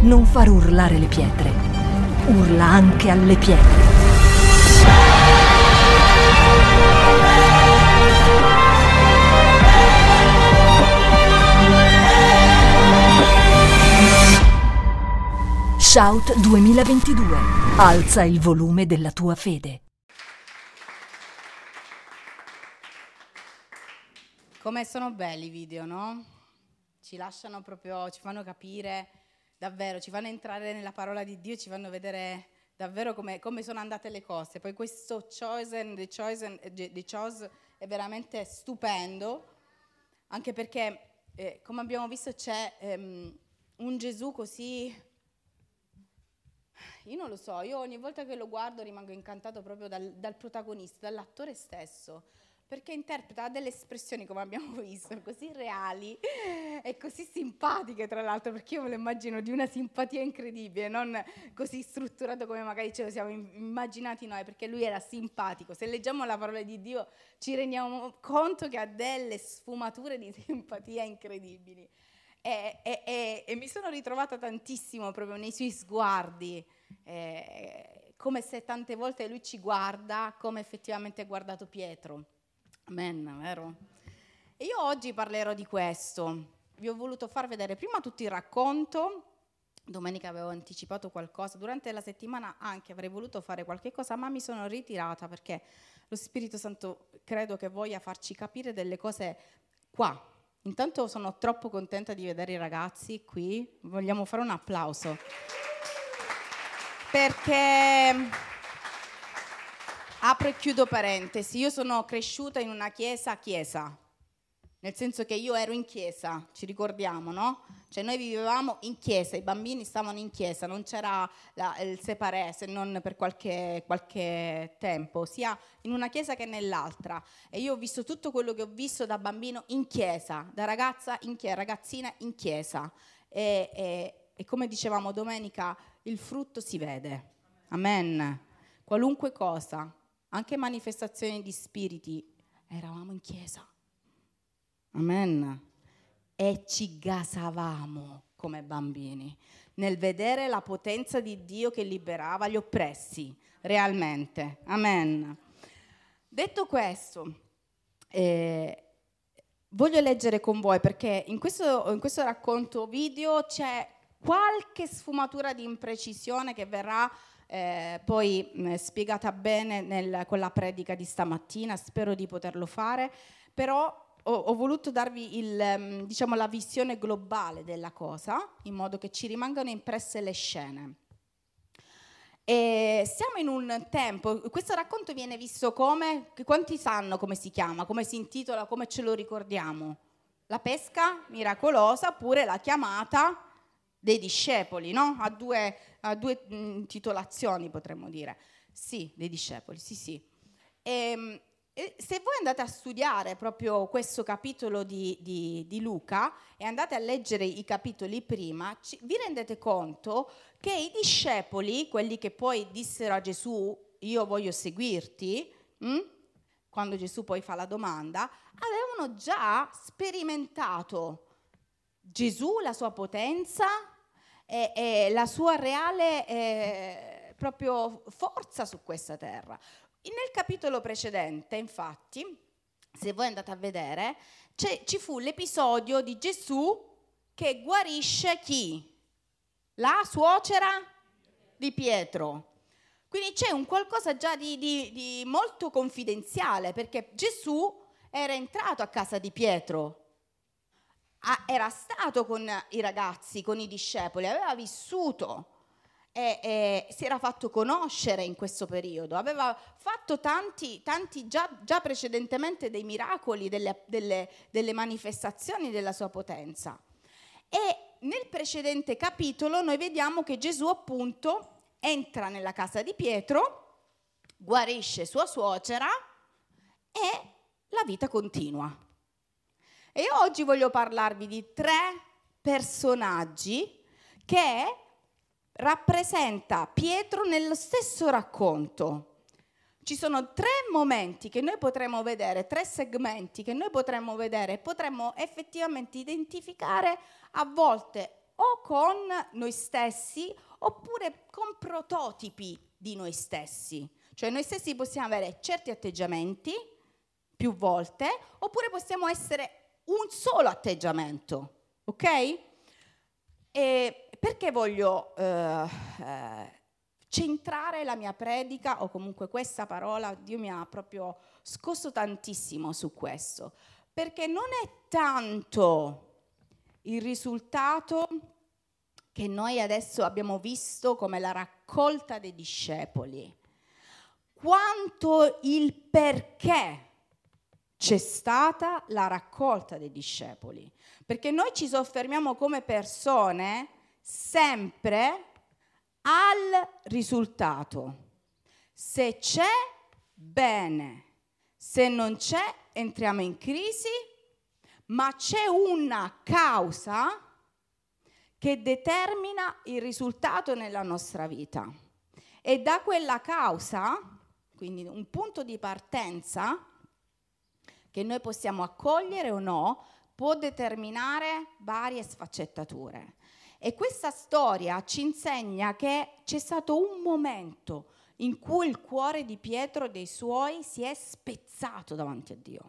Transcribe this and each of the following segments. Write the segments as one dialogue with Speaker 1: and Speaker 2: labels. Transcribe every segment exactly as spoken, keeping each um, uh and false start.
Speaker 1: non far urlare le pietre. Urla anche alle pietre. Shout duemilaventidue. Alza il volume della tua fede.
Speaker 2: Come sono belli i video, no? Ci lasciano proprio, ci fanno capire davvero, ci fanno entrare nella parola di Dio, ci fanno vedere davvero come, come sono andate le cose. Poi questo Chosen, The Chosen, The Chose è veramente stupendo, anche perché, eh, come abbiamo visto, c'è ehm, un Gesù così, io non lo so, io ogni volta che lo guardo rimango incantato proprio dal, dal protagonista, dall'attore stesso, perché interpreta delle espressioni, come abbiamo visto, così reali e così simpatiche, tra l'altro, perché io me lo immagino di una simpatia incredibile, non così strutturato come magari ce lo siamo immaginati noi, perché lui era simpatico. Se leggiamo la parola di Dio ci rendiamo conto che ha delle sfumature di simpatia incredibili. E, e, e, e mi sono ritrovata tantissimo proprio nei suoi sguardi, eh, come se tante volte lui ci guarda come effettivamente ha guardato Pietro. Amen, vero? E io oggi parlerò di questo. Vi ho voluto far vedere prima tutto il racconto. Domenica avevo anticipato qualcosa, durante la settimana anche avrei voluto fare qualche cosa, ma mi sono ritirata perché lo Spirito Santo credo che voglia farci capire delle cose qua. Intanto sono troppo contenta di vedere i ragazzi qui, vogliamo fare un applauso. Perché, apro e chiudo parentesi, io sono cresciuta in una chiesa chiesa, nel senso che io ero in chiesa, ci ricordiamo, no? Cioè noi vivevamo in chiesa, i bambini stavano in chiesa, non c'era la, il separé se non per qualche, qualche tempo, sia in una chiesa che nell'altra. E io ho visto tutto quello che ho visto da bambino in chiesa, da ragazza in chiesa, ragazzina in chiesa. E, e, e come dicevamo domenica, il frutto si vede. Amen. Qualunque cosa, anche manifestazioni di spiriti, eravamo in chiesa. Amen. E ci gasavamo come bambini nel vedere la potenza di Dio che liberava gli oppressi, realmente. Amen. Detto questo, eh, voglio leggere con voi perché in questo, in questo racconto video c'è qualche sfumatura di imprecisione che verrà eh, poi eh, spiegata bene nel, con la predica di stamattina, spero di poterlo fare, però ho, ho voluto darvi il, diciamo, la visione globale della cosa, in modo che ci rimangano impresse le scene. E siamo in un tempo, questo racconto viene visto come, quanti sanno come si chiama, come si intitola, come ce lo ricordiamo? La pesca miracolosa oppure la chiamata dei discepoli, no? A due, a due mh, titolazioni potremmo dire. Sì, dei discepoli, sì sì. E, e se voi andate a studiare proprio questo capitolo di, di, di Luca e andate a leggere i capitoli prima, ci, vi rendete conto che i discepoli, quelli che poi dissero a Gesù, io voglio seguirti, mh? Quando Gesù poi fa la domanda, avevano già sperimentato Gesù, la sua potenza e, e la sua reale eh, proprio forza su questa terra. Nel capitolo precedente, infatti, se voi andate a vedere, ci fu l'episodio di Gesù che guarisce chi? La suocera di Pietro. Quindi c'è un qualcosa già di, di, di molto confidenziale, perché Gesù era entrato a casa di Pietro, era stato con i ragazzi, con i discepoli, aveva vissuto e, e si era fatto conoscere in questo periodo, aveva fatto tanti, tanti già, già precedentemente dei miracoli, delle, delle, delle manifestazioni della sua potenza. E nel precedente capitolo noi vediamo che Gesù appunto entra nella casa di Pietro, guarisce sua suocera e la vita continua. E io oggi voglio parlarvi di tre personaggi che rappresenta Pietro nello stesso racconto. Ci sono tre momenti che noi potremmo vedere, tre segmenti che noi potremmo vedere e potremmo effettivamente identificare a volte o con noi stessi oppure con prototipi di noi stessi. Cioè noi stessi possiamo avere certi atteggiamenti più volte, oppure possiamo essere un solo atteggiamento, ok? E perché voglio eh, eh, centrare la mia predica, o comunque questa parola, Dio mi ha proprio scosso tantissimo su questo, perché non è tanto il risultato che noi adesso abbiamo visto come la raccolta dei discepoli, quanto il perché c'è stata la raccolta dei discepoli. Perché noi ci soffermiamo come persone sempre al risultato. Se c'è, bene. Se non c'è, entriamo in crisi, ma c'è una causa che determina il risultato nella nostra vita. E da quella causa, quindi un punto di partenza, che noi possiamo accogliere o no, può determinare varie sfaccettature. E questa storia ci insegna che c'è stato un momento in cui il cuore di Pietro e dei suoi si è spezzato davanti a Dio.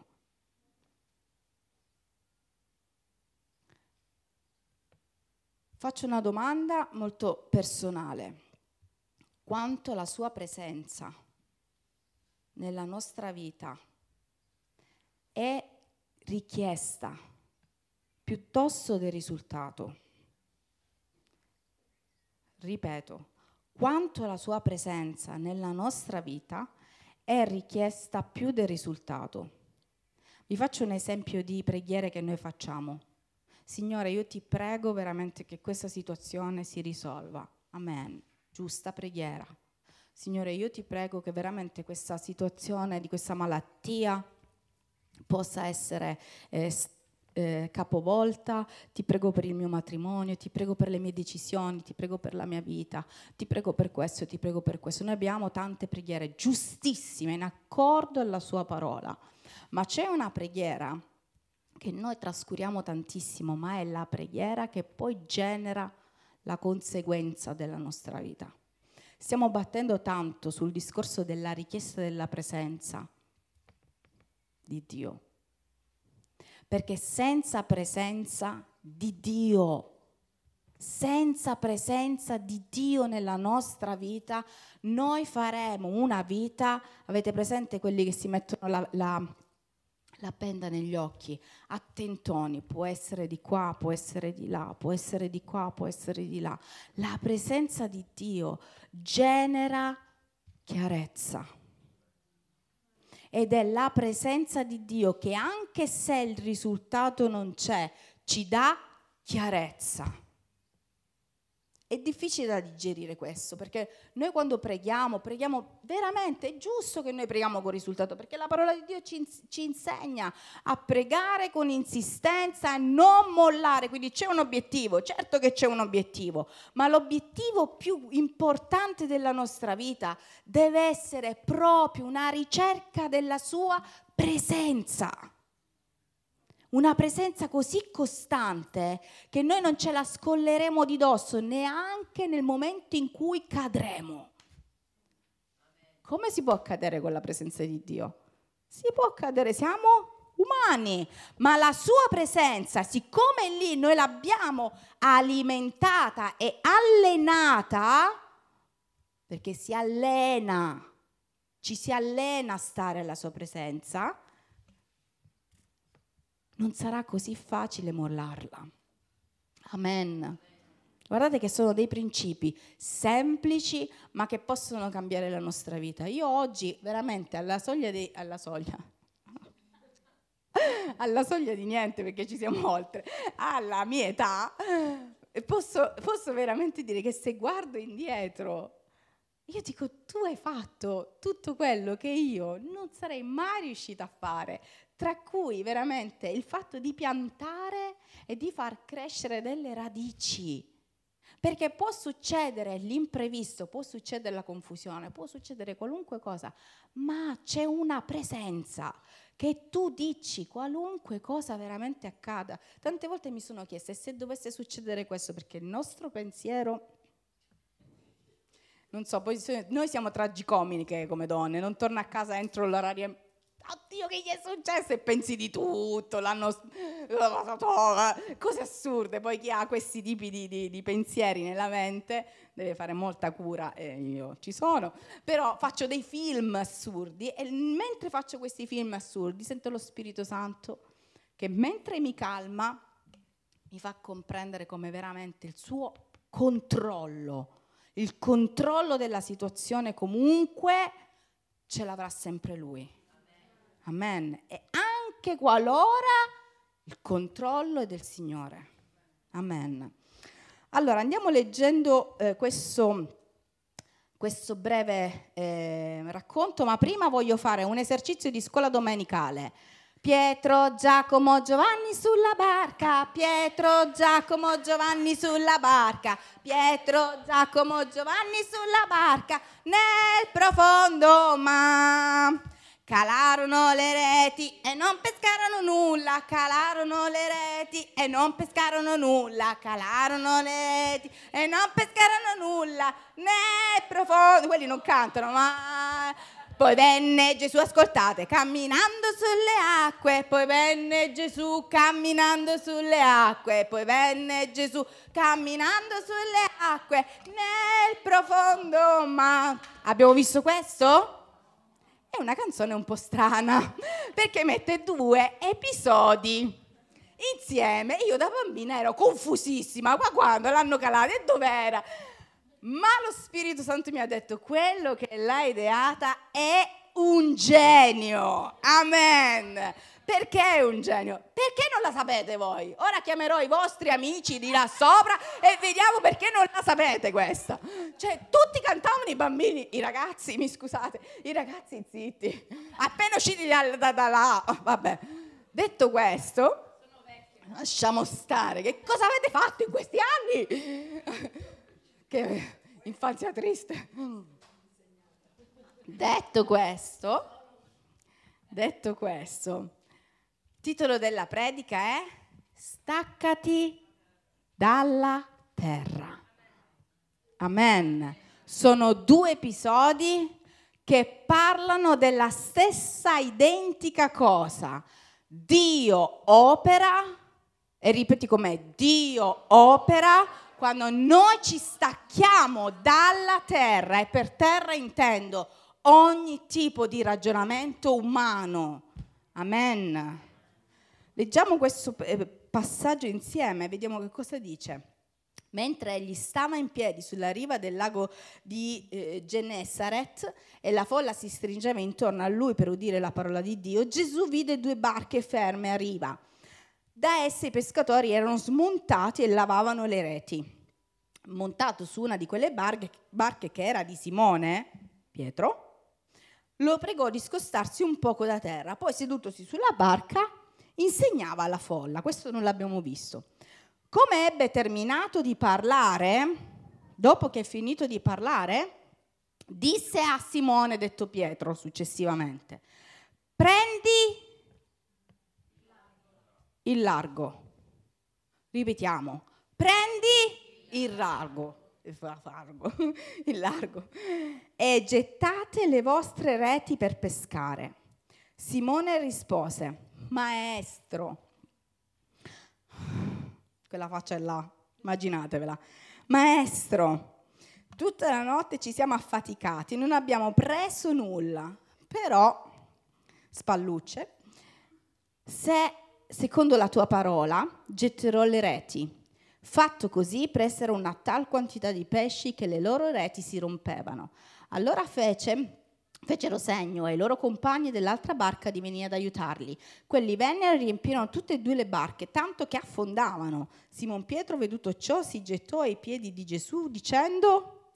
Speaker 2: Faccio una domanda molto personale. Quanto la sua presenza nella nostra vita è richiesta piuttosto del risultato? Ripeto, quanto la sua presenza nella nostra vita è richiesta più del risultato. Vi faccio un esempio di preghiere che noi facciamo. Signore, io ti prego veramente che questa situazione si risolva. Amen. Giusta preghiera. Signore, io ti prego che veramente questa situazione di questa malattia possa essere eh, eh, capovolta. Ti prego per il mio matrimonio, ti prego per le mie decisioni, ti prego per la mia vita, ti prego per questo, ti prego per questo. Noi abbiamo tante preghiere giustissime in accordo alla sua parola, ma c'è una preghiera che noi trascuriamo tantissimo, ma è la preghiera che poi genera la conseguenza della nostra vita. Stiamo battendo tanto sul discorso della richiesta della presenza di Dio, perché senza presenza di Dio, senza presenza di Dio nella nostra vita, noi faremo una vita, avete presente quelli che si mettono la, la la benda negli occhi, attentoni, può essere di qua, può essere di là, può essere di qua, può essere di là. La presenza di Dio genera chiarezza. Ed è la presenza di Dio che, anche se il risultato non c'è, ci dà chiarezza. È difficile da digerire questo, perché noi quando preghiamo, preghiamo veramente, è giusto che noi preghiamo con risultato, perché la parola di Dio ci, ci insegna a pregare con insistenza e non mollare, quindi c'è un obiettivo, certo che c'è un obiettivo, ma l'obiettivo più importante della nostra vita deve essere proprio una ricerca della sua presenza. Una presenza così costante che noi non ce la scolleremo di dosso neanche nel momento in cui cadremo. Come si può cadere con la presenza di Dio? Si può cadere, siamo umani, ma la sua presenza, siccome lì noi l'abbiamo alimentata e allenata, perché si allena, ci si allena a stare alla sua presenza, non sarà così facile mollarla. Amen. Guardate che sono dei principi semplici, ma che possono cambiare la nostra vita. Io oggi veramente alla soglia di alla soglia alla soglia di niente, perché ci siamo oltre, alla mia età, posso, posso veramente dire che se guardo indietro, io dico, tu hai fatto tutto quello che io non sarei mai riuscita a fare, tra cui veramente il fatto di piantare e di far crescere delle radici. Perché può succedere l'imprevisto, può succedere la confusione, può succedere qualunque cosa, ma c'è una presenza che tu dici qualunque cosa veramente accada. Tante volte mi sono chiesta, e se dovesse succedere questo, perché il nostro pensiero, non so, poi noi siamo tragicomiche come donne, non torno a casa entro l'orario, oddio che gli è successo, e pensi di tutto, l'hanno, cose assurde. Poi chi ha questi tipi di, di, di pensieri nella mente deve fare molta cura, e io ci sono, però faccio dei film assurdi, e mentre faccio questi film assurdi sento lo Spirito Santo che mentre mi calma mi fa comprendere come veramente il suo controllo, il controllo della situazione comunque ce l'avrà sempre lui. Amen. E anche qualora il controllo è del Signore. Amen. Allora andiamo leggendo eh, questo, questo breve eh, racconto, ma prima voglio fare un esercizio di scuola domenicale. Pietro, Giacomo, Giovanni sulla barca, Pietro, Giacomo, Giovanni sulla barca, Pietro, Giacomo, Giovanni sulla barca, nel profondo mare. Calarono le reti e non pescarono nulla, calarono le reti e non pescarono nulla, calarono le reti e non pescarono nulla, nel profondo, quelli non cantano, ma... Poi venne Gesù, ascoltate, camminando sulle acque, poi venne Gesù camminando sulle acque, poi venne Gesù camminando sulle acque, nel profondo mare. Abbiamo visto questo? È una canzone un po' strana, perché mette due episodi insieme. Io da bambina ero confusissima, ma quando l'hanno calata e dov'era? Ma lo Spirito Santo mi ha detto, quello che l'ha ideata è un genio, amen. Perché è un genio? Perché non la sapete voi? Ora chiamerò i vostri amici di là sopra e vediamo perché non la sapete questa. Cioè, tutti cantavano, i bambini, i ragazzi, mi scusate, i ragazzi zitti, appena usciti da, da, da là, vabbè. Detto questo, lasciamo stare, che cosa avete fatto in questi anni? Che infanzia triste. Detto questo, detto questo, il titolo della predica è Staccati dalla terra. Amen. Sono due episodi che parlano della stessa identica cosa. Dio opera, e ripeti com'è, Dio opera quando noi ci stacchiamo dalla terra, e per terra intendo ogni tipo di ragionamento umano. Amen. Leggiamo questo passaggio insieme, vediamo che cosa dice. Mentre egli stava in piedi sulla riva del lago di eh, Gennesaret e la folla si stringeva intorno a lui per udire la parola di Dio, Gesù vide due barche ferme a riva. Da esse i pescatori erano smontati e lavavano le reti. Montato su una di quelle barche, barche che era di Simone, Pietro, lo pregò di scostarsi un poco da terra. Poi, sedutosi sulla barca, insegnava alla folla. Questo non l'abbiamo visto. Come ebbe terminato di parlare, dopo che è finito di parlare, disse a Simone, detto Pietro successivamente, prendi il largo. Ripetiamo, prendi il largo, il largo e gettate le vostre reti per pescare. Simone rispose, maestro, quella faccia è là, immaginatevela, maestro, tutta la notte ci siamo affaticati, non abbiamo preso nulla, però, spallucce, se secondo la tua parola getterò le reti. Fatto così, presero una tal quantità di pesci che le loro reti si rompevano. Allora fece, fecero segno ai loro compagni dell'altra barca di venire ad aiutarli. Quelli vennero e riempirono tutte e due le barche, tanto che affondavano. Simon Pietro, veduto ciò, si gettò ai piedi di Gesù dicendo,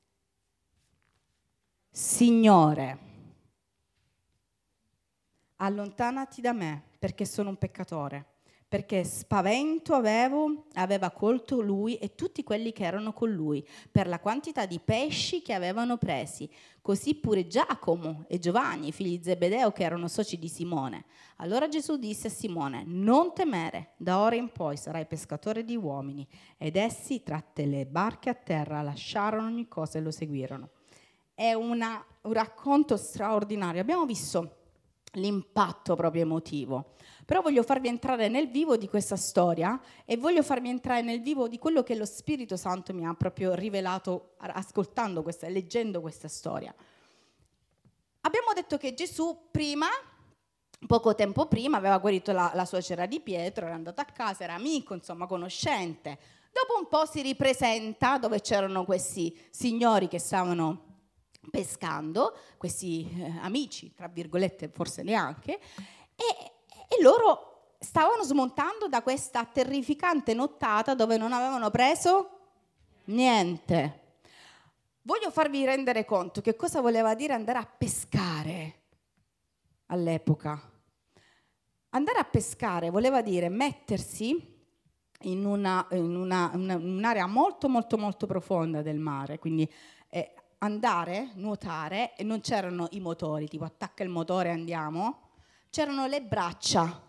Speaker 2: Signore, allontanati da me, perché sono un peccatore. perché spavento avevo, aveva colto lui e tutti quelli che erano con lui, per la quantità di pesci che avevano presi. Così pure Giacomo e Giovanni, figli di Zebedeo, che erano soci di Simone. Allora Gesù disse a Simone: non temere, da ora in poi sarai pescatore di uomini. Ed essi, tratte le barche a terra, lasciarono ogni cosa e lo seguirono. È una, un racconto straordinario. Abbiamo visto l'impatto proprio emotivo. Però voglio farvi entrare nel vivo di questa storia e voglio farvi entrare nel vivo di quello che lo Spirito Santo mi ha proprio rivelato ascoltando questa, leggendo questa storia. Abbiamo detto che Gesù prima, poco tempo prima, aveva guarito la, la suocera di Pietro, era andato a casa, era amico, insomma conoscente. Dopo un po' si ripresenta dove c'erano questi signori che stavano pescando, questi eh, amici, tra virgolette forse neanche, e E loro stavano smontando da questa terrificante nottata dove non avevano preso niente. Voglio farvi rendere conto che cosa voleva dire andare a pescare all'epoca. Andare a pescare voleva dire mettersi in, una, in una, una, un'area molto molto molto profonda del mare, quindi eh, andare, nuotare, e non c'erano i motori, tipo attacca il motore e andiamo. C'erano le braccia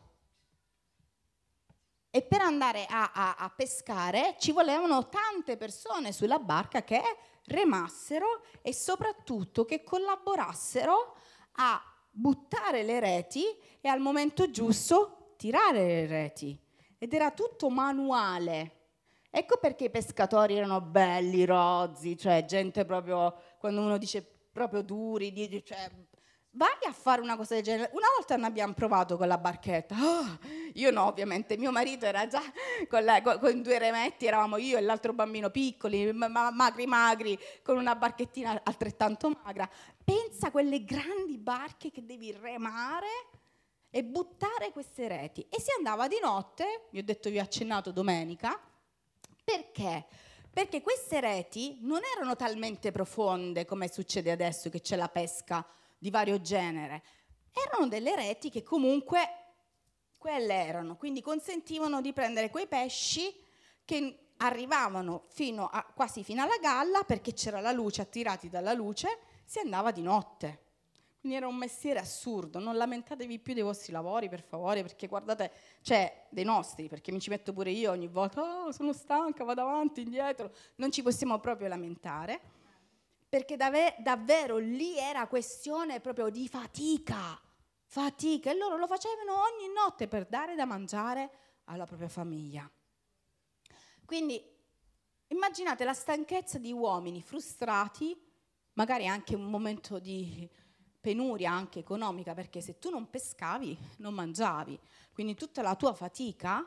Speaker 2: e per andare a, a, a pescare ci volevano tante persone sulla barca che remassero e soprattutto che collaborassero a buttare le reti e al momento giusto tirare le reti, ed era tutto manuale. Ecco perché i pescatori erano belli, rozzi, cioè gente proprio, quando uno dice proprio duri, cioè vai a fare una cosa del genere. Una volta ne abbiamo provato con la barchetta. Oh, io no, ovviamente. Mio marito era già con, la, con, con due remetti, eravamo io e l'altro bambino piccoli, ma, magri magri, con una barchettina altrettanto magra. Pensa a quelle grandi barche che devi remare e buttare queste reti. E si andava di notte, vi ho detto, vi ho accennato domenica, perché? Perché queste reti non erano talmente profonde come succede adesso che c'è la pesca di vario genere, erano delle reti che comunque quelle erano, quindi consentivano di prendere quei pesci che arrivavano fino a, quasi fino alla galla, perché c'era la luce, attirati dalla luce si andava di notte. Quindi era un mestiere assurdo. Non lamentatevi più dei vostri lavori, per favore, perché guardate, cioè dei nostri, perché mi ci metto pure io ogni volta, oh, sono stanca, vado avanti, indietro, non ci possiamo proprio lamentare, perché dave- davvero lì era questione proprio di fatica, fatica, e loro lo facevano ogni notte per dare da mangiare alla propria famiglia. Quindi immaginate la stanchezza di uomini frustrati, magari anche un momento di penuria anche economica, perché se tu non pescavi non mangiavi, quindi tutta la tua fatica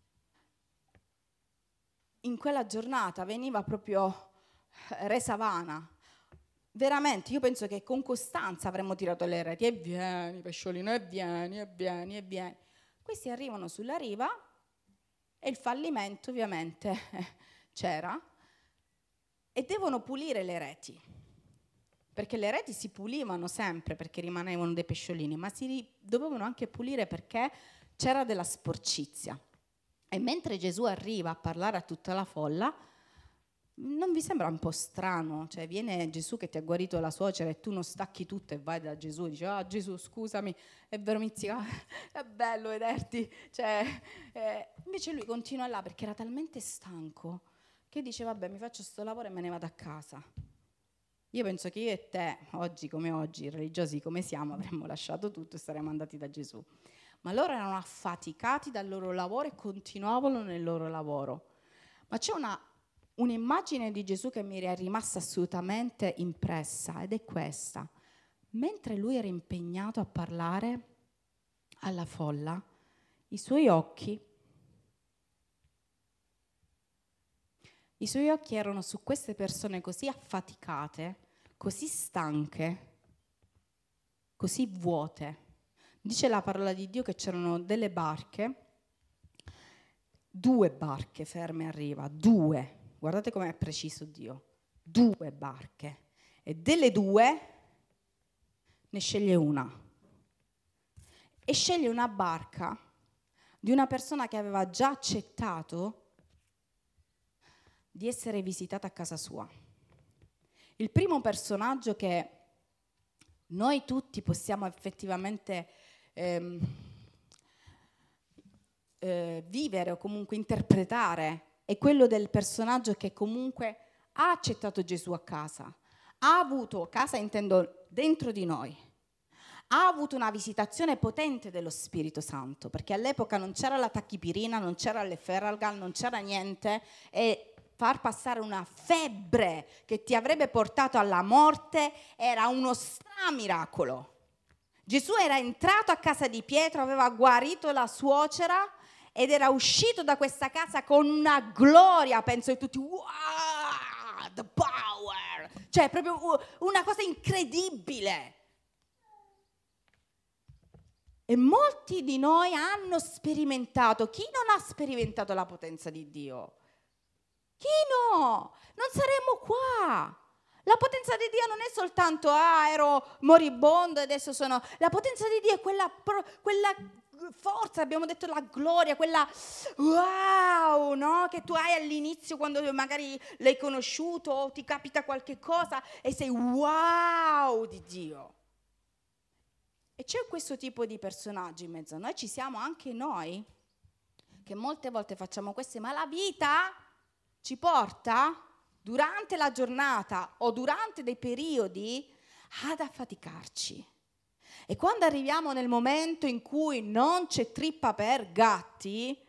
Speaker 2: in quella giornata veniva proprio resa vana. Veramente, io penso che con costanza avremmo tirato le reti, e vieni pesciolino, e vieni, e vieni, e vieni. Questi arrivano sulla riva e il fallimento ovviamente c'era, e devono pulire le reti, perché le reti si pulivano sempre perché rimanevano dei pesciolini, ma si ri- dovevano anche pulire perché c'era della sporcizia. E mentre Gesù arriva a parlare a tutta la folla, non vi sembra un po' strano? Cioè viene Gesù che ti ha guarito la suocera e tu non stacchi tutto e vai da Gesù e dici: ah, Gesù, scusami, è vero, mizzica, è bello vederti. Cioè, eh, invece lui continua là perché era talmente stanco che dice: vabbè, mi faccio sto lavoro e me ne vado a casa. Io penso che io e te, oggi come oggi, religiosi come siamo, avremmo lasciato tutto e saremmo andati da Gesù. Ma loro erano affaticati dal loro lavoro e continuavano nel loro lavoro. Ma c'è una un'immagine di Gesù che mi è rimasta assolutamente impressa, ed è questa. Mentre lui era impegnato a parlare alla folla, i suoi occhi, i suoi occhi erano su queste persone così affaticate, così stanche, così vuote. Dice la parola di Dio che c'erano delle barche, due barche ferme a riva, due. Guardate com'è preciso Dio, due barche, e delle due ne sceglie una, e sceglie una barca di una persona che aveva già accettato di essere visitata a casa sua. Il primo personaggio che noi tutti possiamo effettivamente ehm, eh, vivere o comunque interpretare è quello del personaggio che comunque ha accettato Gesù a casa, ha avuto, casa intendo dentro di noi, ha avuto una visitazione potente dello Spirito Santo, perché all'epoca non c'era la tachipirina, non c'era l'efferalgan, non c'era niente, e far passare una febbre che ti avrebbe portato alla morte era uno stramiracolo. Gesù era entrato a casa di Pietro, aveva guarito la suocera ed era uscito da questa casa con una gloria, penso che tutti, wow, the power, cioè proprio una cosa incredibile. E molti di noi hanno sperimentato, chi non ha sperimentato la potenza di Dio? Chi no? Non saremmo qua. La potenza di Dio non è soltanto, ah, ero moribondo e adesso sono... La potenza di Dio è quella, quella forza, abbiamo detto la gloria, quella wow, no? Che tu hai all'inizio quando magari l'hai conosciuto o ti capita qualche cosa e sei wow di Dio. E c'è questo tipo di personaggi in mezzo a noi, ci siamo anche noi, che molte volte facciamo queste, ma la vita ci porta durante la giornata o durante dei periodi ad affaticarci. E quando arriviamo nel momento in cui non c'è trippa per gatti,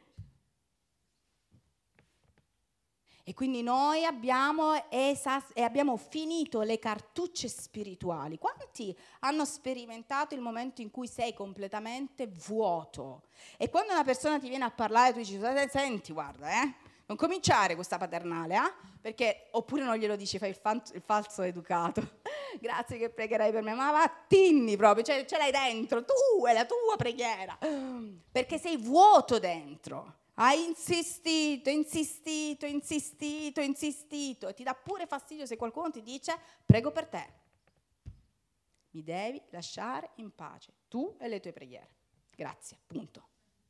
Speaker 2: e quindi noi abbiamo, esas- e abbiamo finito le cartucce spirituali. Quanti hanno sperimentato il momento in cui sei completamente vuoto? E quando una persona ti viene a parlare, tu dici, senti, guarda, eh, non cominciare questa paternale, eh? Perché, oppure non glielo dici, fai il, fan- il falso educato. Grazie che pregherai per me, ma vattini proprio, cioè, ce l'hai dentro, tu è la tua preghiera, perché sei vuoto dentro. Hai insistito, insistito, insistito, insistito e ti dà pure fastidio se qualcuno ti dice prego per te. Mi devi lasciare in pace, tu e le tue preghiere. Grazie, punto.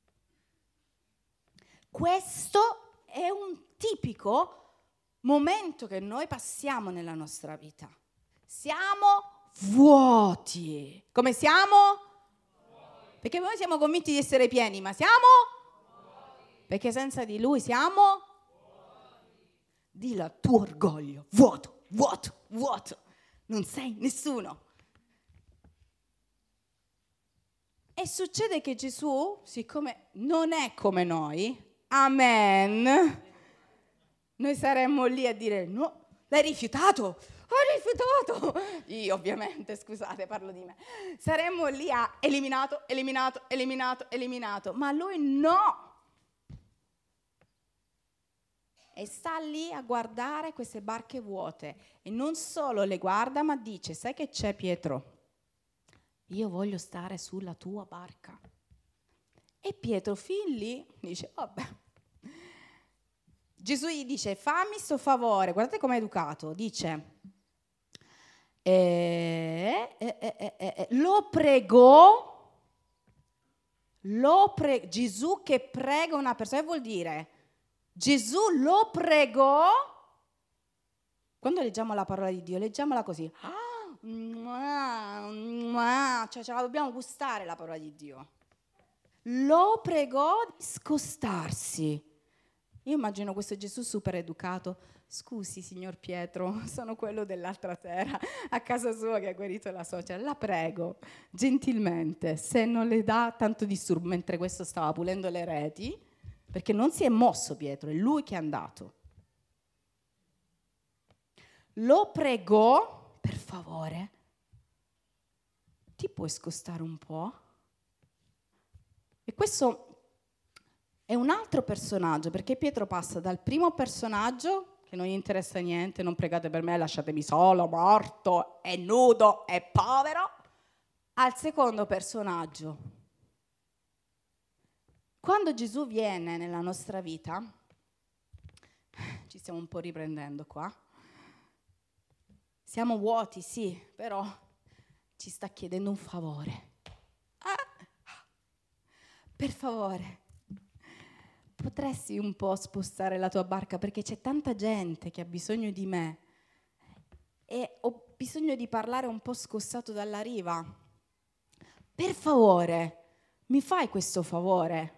Speaker 2: Questo è un tipico momento che noi passiamo nella nostra vita. Siamo vuoti. Come siamo? Vuoti. Perché noi siamo convinti di essere pieni, ma siamo? Perché senza di Lui siamo? Vuoti. Dillo al tuo orgoglio, vuoto, vuoto, vuoto. Non sei nessuno. E succede che Gesù, siccome non è come noi, amen, noi saremmo lì a dire no, l'hai rifiutato, ho rifiutato. Io ovviamente, scusate, parlo di me. Saremmo lì a eliminato, eliminato, eliminato, eliminato. Ma Lui no. E sta lì a guardare queste barche vuote e non solo le guarda, ma dice, sai che c'è, Pietro? Io voglio stare sulla tua barca. E Pietro fin lì dice, vabbè. Gesù gli dice, fammi sto favore, guardate com'è educato, dice, eh, eh, eh, eh, eh, lo pregò, lo pre- Gesù che prega una persona, che vuol dire? Gesù lo pregò. Quando leggiamo la parola di Dio, leggiamola così. Ah, mua, mua, cioè ce la dobbiamo gustare la parola di Dio. Lo pregò di scostarsi. Io immagino questo Gesù super educato. Scusi, signor Pietro, sono quello dell'altra sera a casa sua che ha guarito la suocera. La prego, gentilmente, se non le dà tanto disturbo mentre questo stava pulendo le reti, perché non si è mosso Pietro, è lui che è andato. Lo pregò, per favore, ti puoi scostare un po'? E questo è un altro personaggio, perché Pietro passa dal primo personaggio, che non gli interessa niente, non pregate per me, lasciatemi solo, morto, è nudo, è povero, al secondo personaggio. Quando Gesù viene nella nostra vita, ci stiamo un po' riprendendo qua, siamo vuoti, sì, però ci sta chiedendo un favore. Ah, per favore, potresti un po' spostare la tua barca perché c'è tanta gente che ha bisogno di me e ho bisogno di parlare un po' scossato dalla riva. Per favore, mi fai questo favore?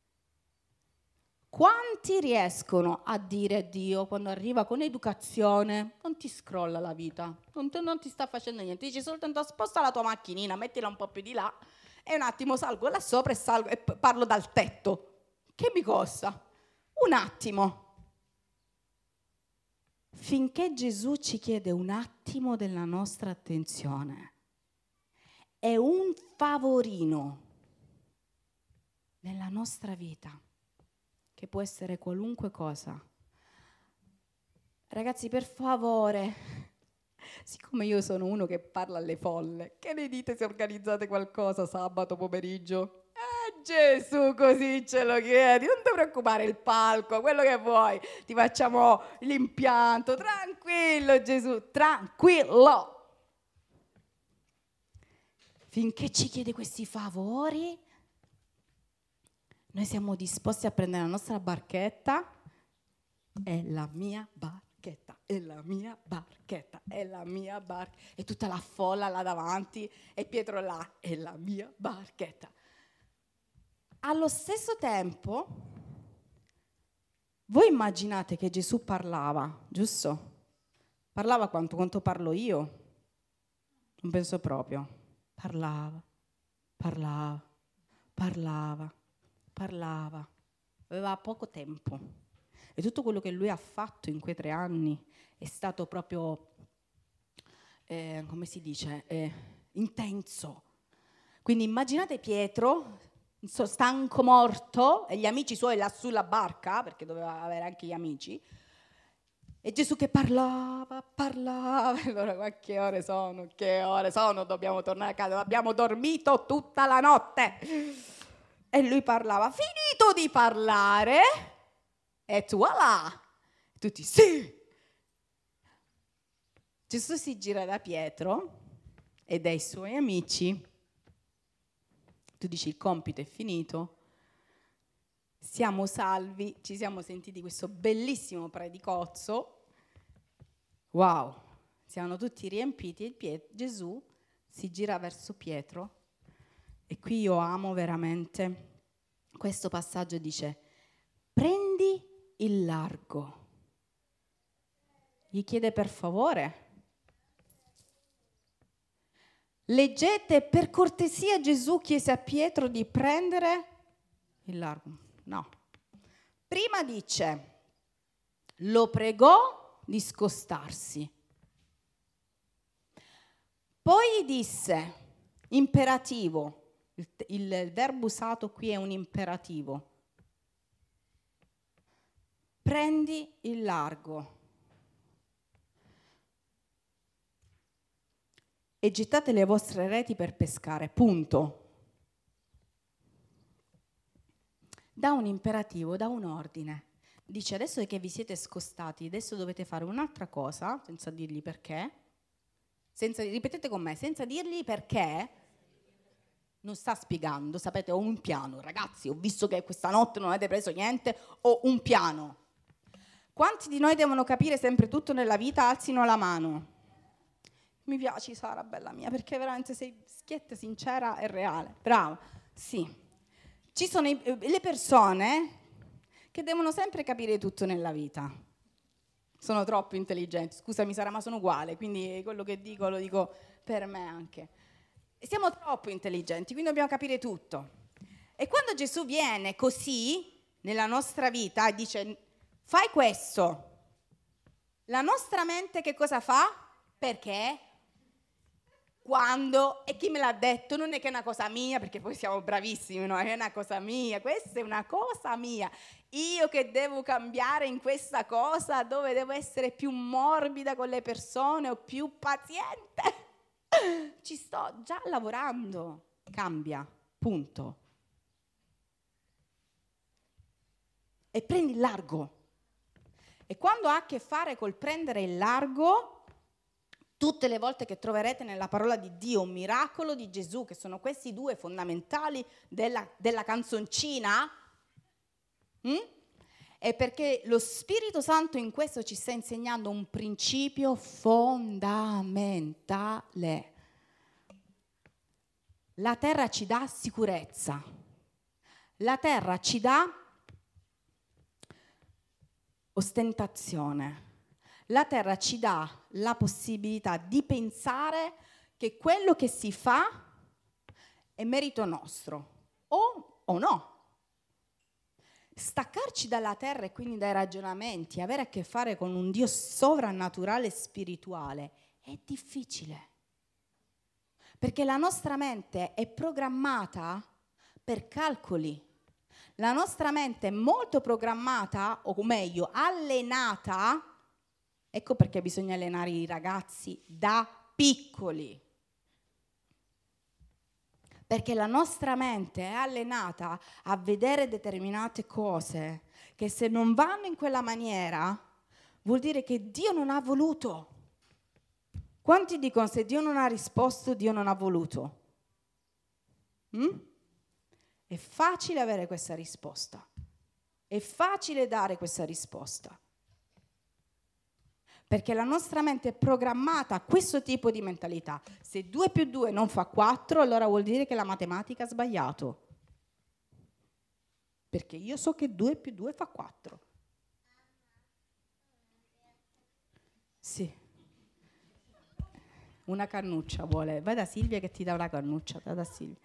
Speaker 2: Quanti riescono a dire a Dio quando arriva con educazione, non ti scrolla la vita, non, te, non ti sta facendo niente, dici soltanto sposta la tua macchinina, mettila un po' più di là e un attimo salgo là sopra e, salgo, e parlo dal tetto. Che mi costa? Un attimo. Finché Gesù ci chiede un attimo della nostra attenzione, è un favorino nella nostra vita, che può essere qualunque cosa. Ragazzi, per favore, siccome io sono uno che parla alle folle, che ne dite se organizzate qualcosa sabato pomeriggio? Eh, Gesù, così ce lo chiedi, non ti preoccupare, il palco, quello che vuoi, ti facciamo l'impianto, tranquillo Gesù, tranquillo. Finché ci chiede questi favori, noi siamo disposti a prendere la nostra barchetta, è la mia barchetta, è la mia barchetta, è la mia barchetta, e tutta la folla là davanti, e Pietro là, è la mia barchetta. Allo stesso tempo, voi immaginate che Gesù parlava, giusto? Parlava quanto, quanto parlo io? Non penso proprio. Parlava, parlava, parlava. Parlava, aveva poco tempo e tutto quello che lui ha fatto in quei tre anni è stato proprio, eh, come si dice, eh, intenso. Quindi immaginate Pietro, stanco morto, e gli amici suoi là sulla barca, perché doveva avere anche gli amici, e Gesù che parlava, parlava, allora ma che ore sono, che ore sono, dobbiamo tornare a casa, abbiamo dormito tutta la notte. E lui parlava, finito di parlare, e voilà, tutti sì. Gesù si gira da Pietro e dai suoi amici, tu dici il compito è finito, siamo salvi, ci siamo sentiti questo bellissimo predicozzo, wow, siamo tutti riempiti e Piet- Gesù si gira verso Pietro. E qui io amo veramente questo passaggio, dice, prendi il largo. Gli chiede per favore. Leggete, per cortesia Gesù chiese a Pietro di prendere il largo. No. Prima dice, lo pregò di scostarsi. Poi gli disse, imperativo. Il, il verbo usato qui è un imperativo. Prendi il largo e gettate le vostre reti per pescare, punto. Da un imperativo, da un ordine. Dice adesso che vi siete scostati, adesso dovete fare un'altra cosa, senza dirgli perché. Senza, ripetete con me, senza dirgli perché. Non sta spiegando, sapete, ho un piano, ragazzi, ho visto che questa notte non avete preso niente, ho un piano. Quanti di noi devono capire sempre tutto nella vita? Alzino la mano. Mi piaci Sara, bella mia, perché veramente sei schietta, sincera e reale. Brava, sì. Ci sono i, le persone che devono sempre capire tutto nella vita. Sono troppo intelligenti, scusami Sara, ma sono uguale, quindi quello che dico lo dico per me anche. Siamo troppo intelligenti, quindi dobbiamo capire tutto. E quando Gesù viene così nella nostra vita e dice fai questo, la nostra mente che cosa fa? Perché? Quando? E chi me l'ha detto? Non è che è una cosa mia, perché poi siamo bravissimi, no? È una cosa mia, questa è una cosa mia. Io che devo cambiare in questa cosa, dove devo essere più morbida con le persone o più paziente. Ci sto già lavorando, cambia, punto. E prendi il largo. E quando ha a che fare col prendere il largo, tutte le volte che troverete nella parola di Dio un miracolo di Gesù, che sono questi due fondamentali della, della canzoncina, Mm? È perché lo Spirito Santo in questo ci sta insegnando un principio fondamentale. La terra ci dà sicurezza, la terra ci dà ostentazione, la terra ci dà la possibilità di pensare che quello che si fa è merito nostro, o, o no. Staccarci dalla terra e quindi dai ragionamenti, avere a che fare con un Dio sovrannaturale e spirituale è difficile. Perché la nostra mente è programmata per calcoli. La nostra mente è molto programmata, o meglio, allenata. Ecco perché bisogna allenare i ragazzi da piccoli. Perché la nostra mente è allenata a vedere determinate cose che se non vanno in quella maniera vuol dire che Dio non ha voluto. Quanti dicono se Dio non ha risposto, Dio non ha voluto? Mm? È facile avere questa risposta. È facile dare questa risposta. Perché la nostra mente è programmata a questo tipo di mentalità. Se due più due non fa quattro, allora vuol dire che la matematica ha sbagliato. Perché io so che due più due fa quattro. Sì. Una cannuccia vuole. Vai da Silvia che ti dà una cannuccia. Vai da Silvia.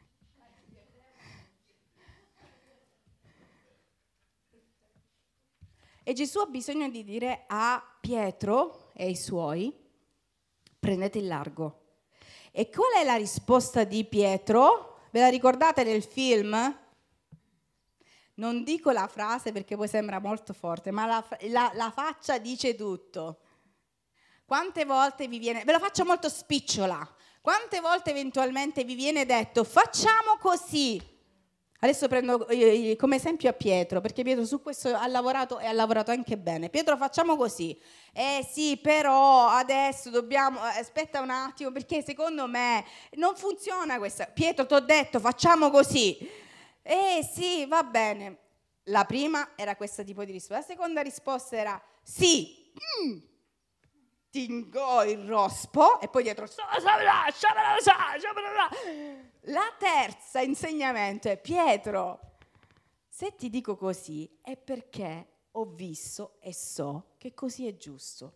Speaker 2: E Gesù ha bisogno di dire a Pietro e ai suoi: prendete il largo. E qual è la risposta di Pietro? Ve la ricordate nel film? Non dico la frase perché poi sembra molto forte, ma la, la, la faccia dice tutto. Quante volte vi viene, ve la faccio molto spicciola, quante volte eventualmente vi viene detto facciamo così? Adesso prendo eh, come esempio a Pietro, perché Pietro su questo ha lavorato e ha lavorato anche bene. Pietro, facciamo così. Eh sì, però adesso dobbiamo, aspetta un attimo, perché secondo me non funziona questa. Pietro, ti ho detto, facciamo così. Eh sì, va bene. La prima era questo tipo di risposta. La seconda risposta era sì. Mm. Tingò il rospo e poi dietro la terza insegnamento è: Pietro, se ti dico così è perché ho visto e so che così è giusto.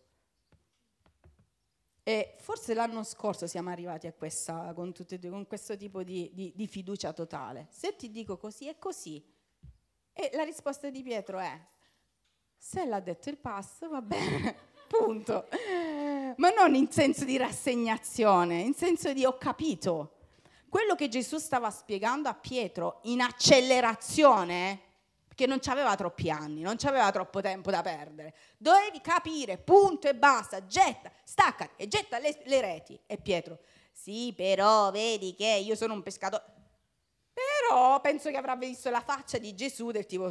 Speaker 2: E forse l'anno scorso siamo arrivati a questa con, tutte, con questo tipo di, di, di fiducia totale. Se ti dico così è così. E la risposta di Pietro è: se l'ha detto il pasto va bene. Punto. Ma non in senso di rassegnazione, in senso di ho capito. Quello che Gesù stava spiegando a Pietro in accelerazione, perché non c'aveva troppi anni, non c'aveva troppo tempo da perdere, dovevi capire, punto e basta, getta, stacca e getta le, le reti. E Pietro: sì, però vedi che io sono un pescatore. Però penso che avrà visto la faccia di Gesù del tipo: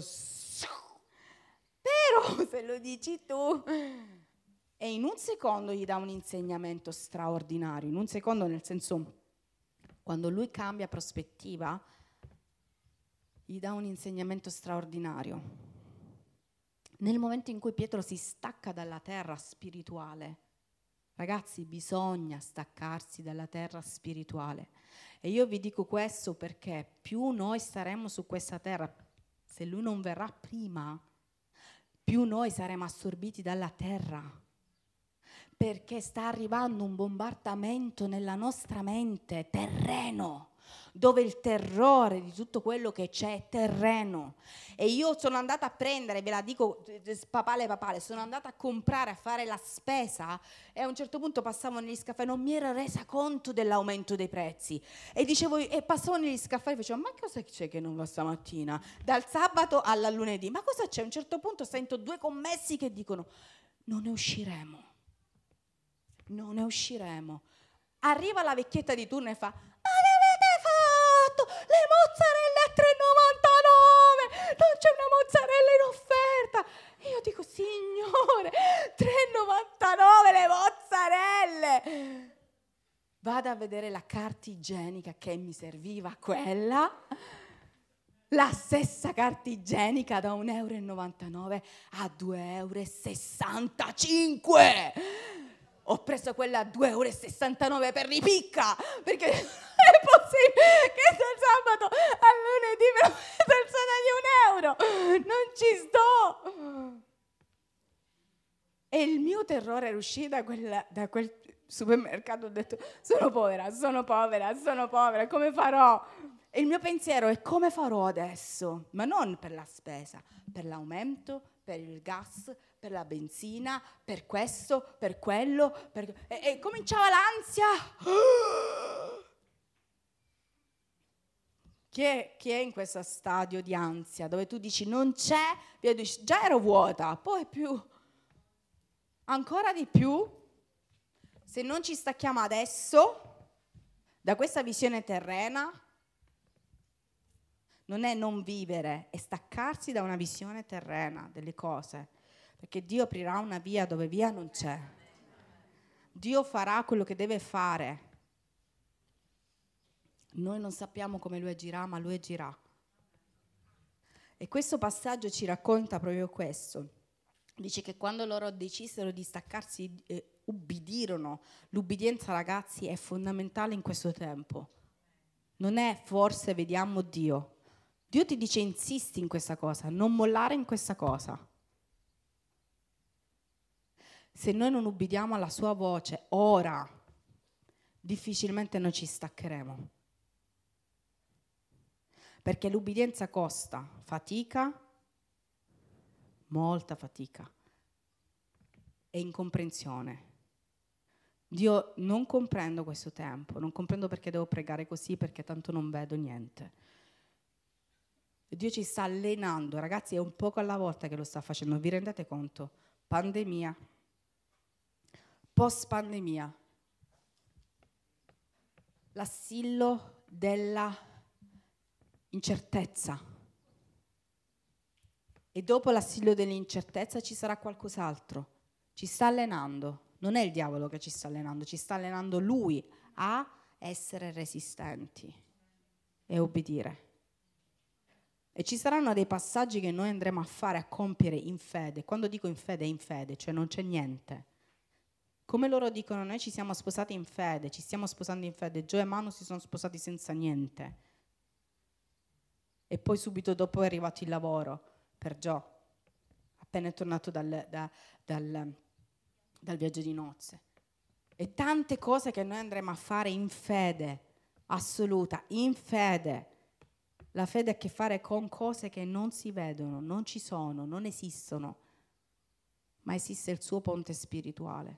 Speaker 2: però se lo dici tu. E in un secondo gli dà un insegnamento straordinario, in un secondo nel senso, quando lui cambia prospettiva, gli dà un insegnamento straordinario. Nel momento in cui Pietro si stacca dalla terra spirituale, ragazzi, bisogna staccarsi dalla terra spirituale. E io vi dico questo perché più noi staremo su questa terra, se lui non verrà prima, più noi saremo assorbiti dalla terra. Perché sta arrivando un bombardamento nella nostra mente, terreno, dove il terrore di tutto quello che c'è è terreno. E io sono andata a prendere, ve la dico papale papale, sono andata a comprare, a fare la spesa e a un certo punto passavo negli scaffali, non mi ero resa conto dell'aumento dei prezzi e dicevo, e passavo negli scaffali e facevo: ma cosa c'è che non va stamattina? Dal sabato alla lunedì, ma cosa c'è? A un certo punto sento due commessi che dicono: non ne usciremo. Non ne usciremo. Arriva la vecchietta di turno e fa: ma che avete fatto? Le mozzarelle a tre e novantanove, non c'è una mozzarella in offerta. E io dico: signore, tre e novantanove le mozzarelle. Vado a vedere la carta igienica che mi serviva quella, la stessa carta igienica da un euro e novantanove a due euro e sessantacinque. Ho preso quella a due euro e sessantanove per ripicca, perché non è possibile che dal sabato al lunedì me lo metto il di un euro, non ci sto. E il mio terrore era uscire da quel, da quel supermercato, ho detto sono povera, sono povera, sono povera, come farò? E il mio pensiero è come farò adesso? Ma non per la spesa, per l'aumento, per il gas, per la benzina, per questo, per quello. Per... E, e cominciava l'ansia. Chi è, chi è in questo stadio di ansia dove tu dici non c'è, dici, già ero vuota, poi più, ancora di più, se non ci stacchiamo adesso da questa visione terrena, non è non vivere, è staccarsi da una visione terrena delle cose, perché Dio aprirà una via dove via non c'è. Dio farà quello che deve fare. Noi non sappiamo come Lui agirà, ma Lui agirà. E questo passaggio ci racconta proprio questo. Dice che quando loro decisero di staccarsi, eh, ubbidirono. L'ubbidienza, ragazzi, è fondamentale in questo tempo. Non è forse vediamo Dio. Dio ti dice insisti in questa cosa, non mollare in questa cosa. Se noi non ubbidiamo alla sua voce ora, difficilmente noi ci staccheremo. Perché l'ubbidienza costa fatica, molta fatica e incomprensione. Dio, non comprendo questo tempo, non comprendo perché devo pregare così, perché tanto non vedo niente. Dio ci sta allenando, ragazzi, è un poco alla volta che lo sta facendo, vi rendete conto? Pandemia, post pandemia, l'assillo della incertezza, e dopo l'assillo dell'incertezza ci sarà qualcos'altro. Ci sta allenando, non è il diavolo che ci sta allenando, ci sta allenando Lui a essere resistenti e obbedire. E ci saranno dei passaggi che noi andremo a fare, a compiere in fede. Quando dico in fede, è in fede, cioè non c'è niente. Come loro dicono, noi ci siamo sposati in fede, ci stiamo sposando in fede. Gio e Manu si sono sposati senza niente. E poi subito dopo è arrivato il lavoro per Gio, appena è tornato dal, da, dal, dal viaggio di nozze. E tante cose che noi andremo a fare in fede, assoluta, in fede. La fede ha a che fare con cose che non si vedono, non ci sono, non esistono, ma esiste il suo ponte spirituale.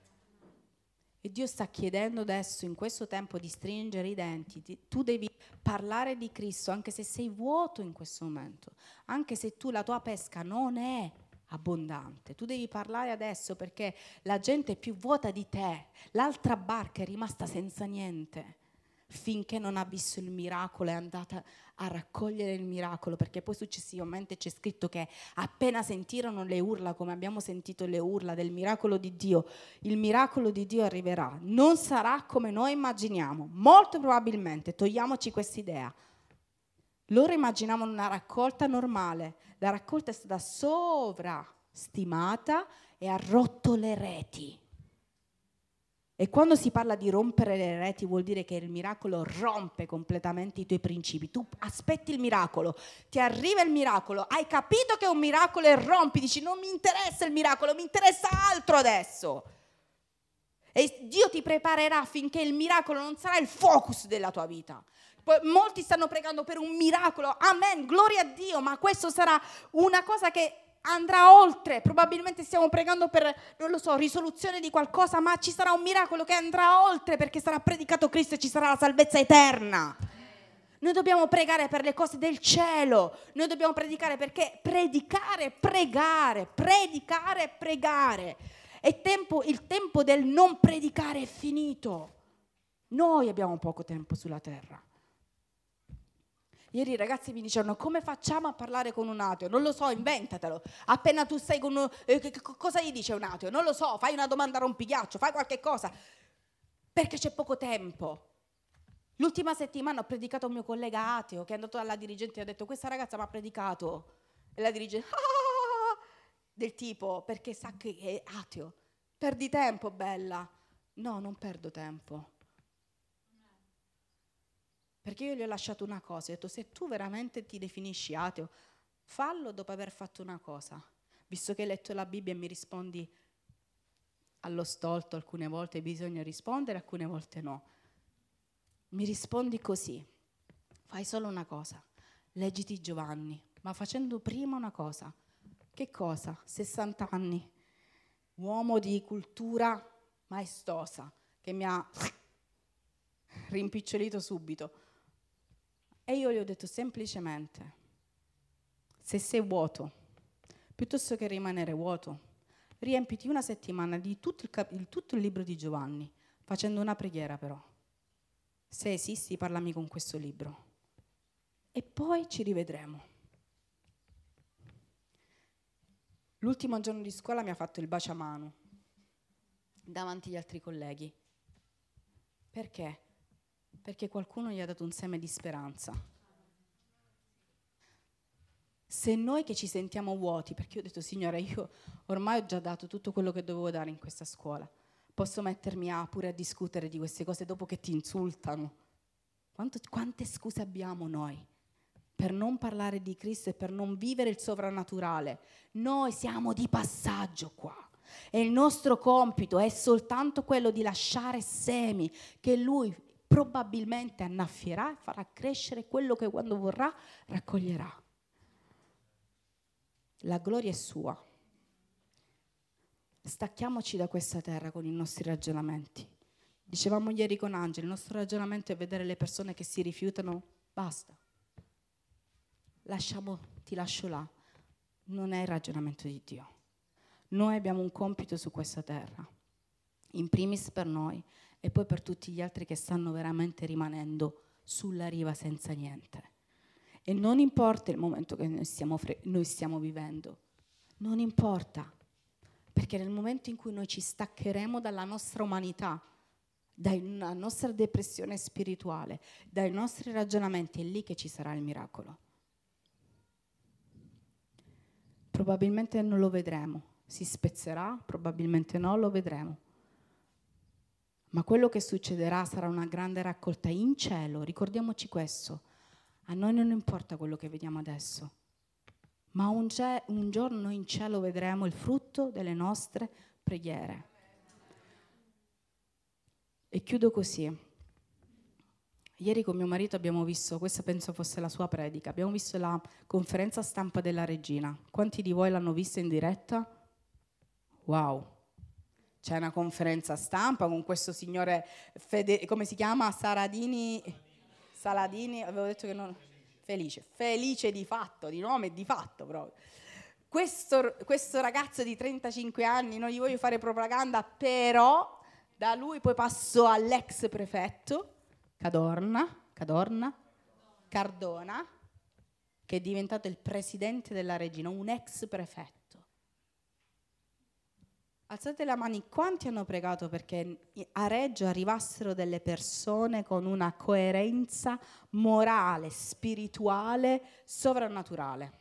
Speaker 2: E Dio sta chiedendo adesso, in questo tempo, di stringere i denti. Di, tu devi parlare di Cristo, anche se sei vuoto in questo momento, anche se tu la tua pesca non è abbondante. Tu devi parlare adesso, perché la gente è più vuota di te. L'altra barca è rimasta senza niente, finché non ha visto il miracolo, è andata a raccogliere il miracolo, perché poi successivamente c'è scritto che appena sentirono le urla, come abbiamo sentito le urla del miracolo di Dio, il miracolo di Dio arriverà. Non sarà come noi immaginiamo, molto probabilmente, togliamoci questa idea. Loro immaginavano una raccolta normale, la raccolta è stata sovrastimata e ha rotto le reti. E quando si parla di rompere le reti vuol dire che il miracolo rompe completamente i tuoi principi. Tu aspetti il miracolo, ti arriva il miracolo, hai capito che è un miracolo e rompi, dici non mi interessa il miracolo, mi interessa altro adesso. E Dio ti preparerà finché il miracolo non sarà il focus della tua vita. Poi molti stanno pregando per un miracolo, amen, gloria a Dio, ma questo sarà una cosa che andrà oltre. Probabilmente stiamo pregando per, non lo so, risoluzione di qualcosa, ma ci sarà un miracolo che andrà oltre, perché sarà predicato Cristo e ci sarà la salvezza eterna. Noi dobbiamo pregare per le cose del cielo, noi dobbiamo predicare, perché predicare, pregare, predicare, pregare. È tempo, il tempo del non predicare è finito. Noi abbiamo poco tempo sulla terra. Ieri i ragazzi mi dicevano come facciamo a parlare con un ateo? Non lo so, inventatelo. Appena tu stai con uno, eh, che, cosa gli dice un ateo? Non lo so, fai una domanda a rompighiaccio, fai qualche cosa. Perché c'è poco tempo. L'ultima settimana ho predicato a un mio collega ateo che è andato dalla dirigente e ha detto: questa ragazza mi ha predicato. E la dirigente, ah! Del tipo, perché sa che è ateo. Perdi tempo, bella. No, non perdo tempo. Perché io gli ho lasciato una cosa, ho detto: se tu veramente ti definisci ateo, fallo dopo aver fatto una cosa. Visto che hai letto la Bibbia e mi rispondi allo stolto, alcune volte bisogna rispondere, alcune volte no. Mi rispondi così: fai solo una cosa, leggiti Giovanni, ma facendo prima una cosa. Che cosa? sessanta anni, uomo di cultura maestosa, che mi ha rimpicciolito subito. E io gli ho detto semplicemente: se sei vuoto, piuttosto che rimanere vuoto, riempiti una settimana di tutto il, cap- il, tutto il libro di Giovanni, facendo una preghiera però. Se esisti, parlami con questo libro. E poi ci rivedremo. L'ultimo giorno di scuola mi ha fatto il baciamano davanti agli altri colleghi. Perché? Perché qualcuno gli ha dato un seme di speranza. Se noi che ci sentiamo vuoti, perché io ho detto: Signore, io ormai ho già dato tutto quello che dovevo dare in questa scuola, posso mettermi a pure a discutere di queste cose dopo che ti insultano? Quanto, quante scuse abbiamo noi per non parlare di Cristo e per non vivere il sovrannaturale? Noi siamo di passaggio qua e il nostro compito è soltanto quello di lasciare semi che Lui probabilmente annaffierà e farà crescere quello che quando vorrà raccoglierà. La gloria è sua. Stacchiamoci da questa terra con i nostri ragionamenti. Dicevamo ieri con Angelo, il nostro ragionamento è vedere le persone che si rifiutano, basta. Lasciamo, ti lascio là. Non è il ragionamento di Dio. Noi abbiamo un compito su questa terra, in primis per noi e poi per tutti gli altri che stanno veramente rimanendo sulla riva senza niente. E non importa il momento che noi stiamo, fre- noi stiamo vivendo, non importa, perché nel momento in cui noi ci staccheremo dalla nostra umanità, dalla nostra depressione spirituale, dai nostri ragionamenti, è lì che ci sarà il miracolo. Probabilmente non lo vedremo, si spezzerà, probabilmente no, lo vedremo. Ma quello che succederà sarà una grande raccolta in cielo, ricordiamoci questo. A noi non importa quello che vediamo adesso, ma un, ge- un giorno noi in cielo vedremo il frutto delle nostre preghiere. E chiudo così. Ieri con mio marito abbiamo visto, questa penso fosse la sua predica, abbiamo visto la conferenza stampa della regina. Quanti di voi l'hanno vista in diretta? Wow! C'è una conferenza stampa con questo signore, Fede, come si chiama? Saradini, Saladini, avevo detto che non... Felice, felice di fatto, di nome e di fatto proprio. Questo, questo ragazzo di trentacinque anni, non gli voglio fare propaganda, però da lui poi passo all'ex prefetto, Cadorna, Cadorna, Cardona, che è diventato il presidente della regina, un ex prefetto. Alzate la mano, quanti hanno pregato perché a Reggio arrivassero delle persone con una coerenza morale, spirituale, sovrannaturale?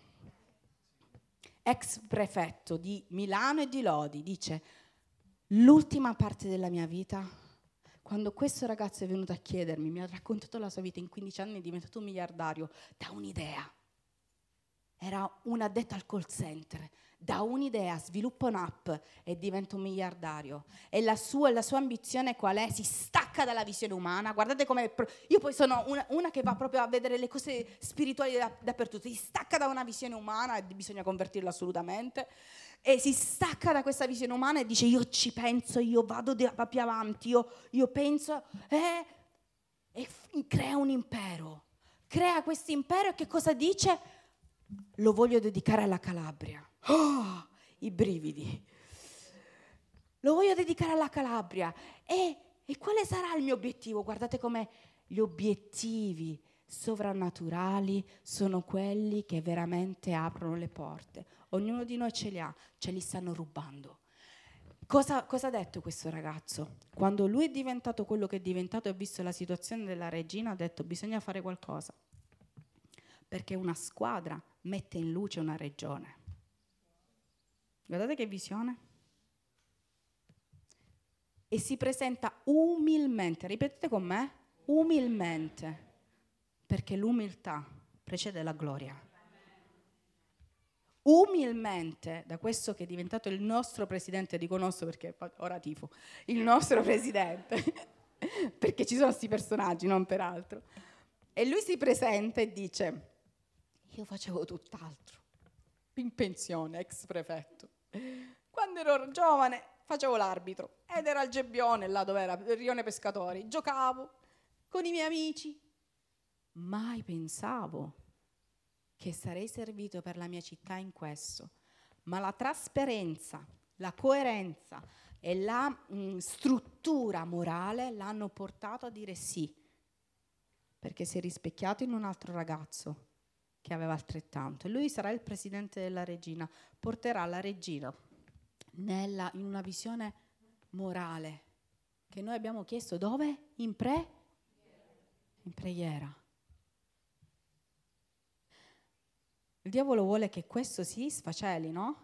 Speaker 2: Ex prefetto di Milano e di Lodi dice: l'ultima parte della mia vita, quando questo ragazzo è venuto a chiedermi, mi ha raccontato la sua vita, in quindici anni è diventato un miliardario, da un'idea. Era un addetto al call center, da un'idea sviluppa un'app e diventa un miliardario. E la sua, la sua ambizione qual è? Si stacca dalla visione umana. Guardate come io poi sono una, una che va proprio a vedere le cose spirituali da, dappertutto. Si stacca da una visione umana e bisogna convertirla assolutamente. E si stacca da questa visione umana e dice: io ci penso, io vado di, più avanti, io, io penso eh, e f- crea un impero. Crea questo impero e che cosa dice? Lo voglio dedicare alla Calabria. Oh, i brividi. Lo voglio dedicare alla Calabria. E, e quale sarà il mio obiettivo? Guardate come gli obiettivi sovrannaturali sono quelli che veramente aprono le porte. Ognuno di noi ce li ha, ce li stanno rubando. Cosa, cosa ha detto questo ragazzo? Quando lui è diventato quello che è diventato e ha visto la situazione della regina, ha detto bisogna fare qualcosa, perché una squadra mette in luce una regione. Guardate che visione. E si presenta umilmente, ripetete con me, umilmente, perché l'umiltà precede la gloria. Umilmente, da questo che è diventato il nostro presidente, dico nostro perché ora tifo, il nostro presidente, perché ci sono questi personaggi, non per altro. E lui si presenta e dice, io facevo tutt'altro, in pensione, ex prefetto. Quando ero giovane facevo l'arbitro ed era al Gebbione, là dove era, il Rione Pescatori, giocavo con i miei amici. Mai pensavo che sarei servito per la mia città in questo, ma la trasparenza, la coerenza e la mh, struttura morale l'hanno portato a dire sì, perché si è rispecchiato in un altro ragazzo che aveva altrettanto, e lui sarà il presidente della regina, porterà la regina nella, in una visione morale che noi abbiamo chiesto dove? In pre? In preghiera. Il diavolo vuole che questo si sfaceli, no?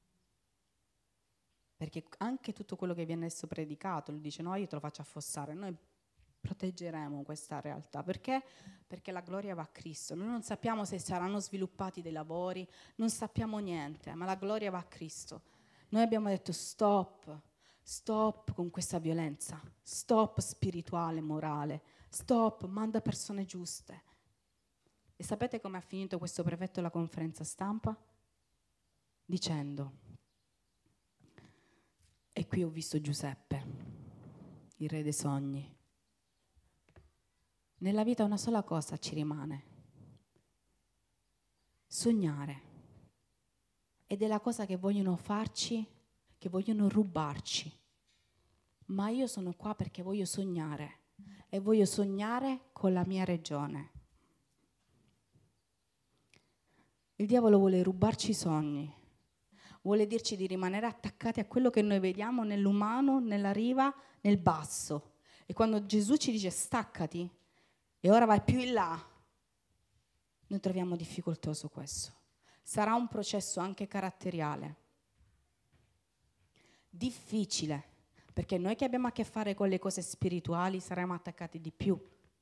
Speaker 2: Perché anche tutto quello che viene adesso predicato, lui dice no, io te lo faccio affossare, noi proteggeremo questa realtà. Perché? Perché la gloria va a Cristo. Noi non sappiamo se saranno sviluppati dei lavori, non sappiamo niente, ma la gloria va a Cristo. Noi abbiamo detto stop, stop con questa violenza, stop spirituale, morale, stop, manda persone giuste. E sapete come ha finito questo prefetto la conferenza stampa? Dicendo, e qui ho visto Giuseppe, il re dei sogni. Nella vita una sola cosa ci rimane, sognare. Ed è la cosa che vogliono farci, che vogliono rubarci. Ma io sono qua perché voglio sognare, e voglio sognare con la mia regione. Il diavolo vuole rubarci i sogni, vuole dirci di rimanere attaccati a quello che noi vediamo nell'umano, nella riva, nel basso. E quando Gesù ci dice staccati e ora vai più in là, noi troviamo difficoltoso questo. Sarà un processo anche caratteriale, difficile, perché noi che abbiamo a che fare con le cose spirituali saremo attaccati di più.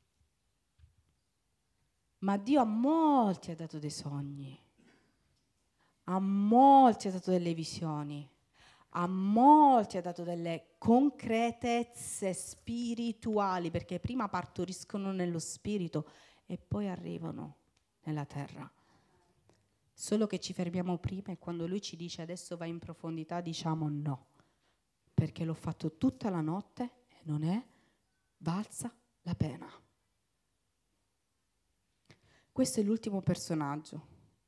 Speaker 2: Ma Dio a molti ha dato dei sogni, a molti ha dato delle visioni, a molti ha dato delle concretezze spirituali, perché prima partoriscono nello spirito e poi arrivano nella terra. Solo che ci fermiamo prima e quando Lui ci dice adesso vai in profondità diciamo no, perché l'ho fatto tutta la notte e non è valsa la pena. Questo è l'ultimo personaggio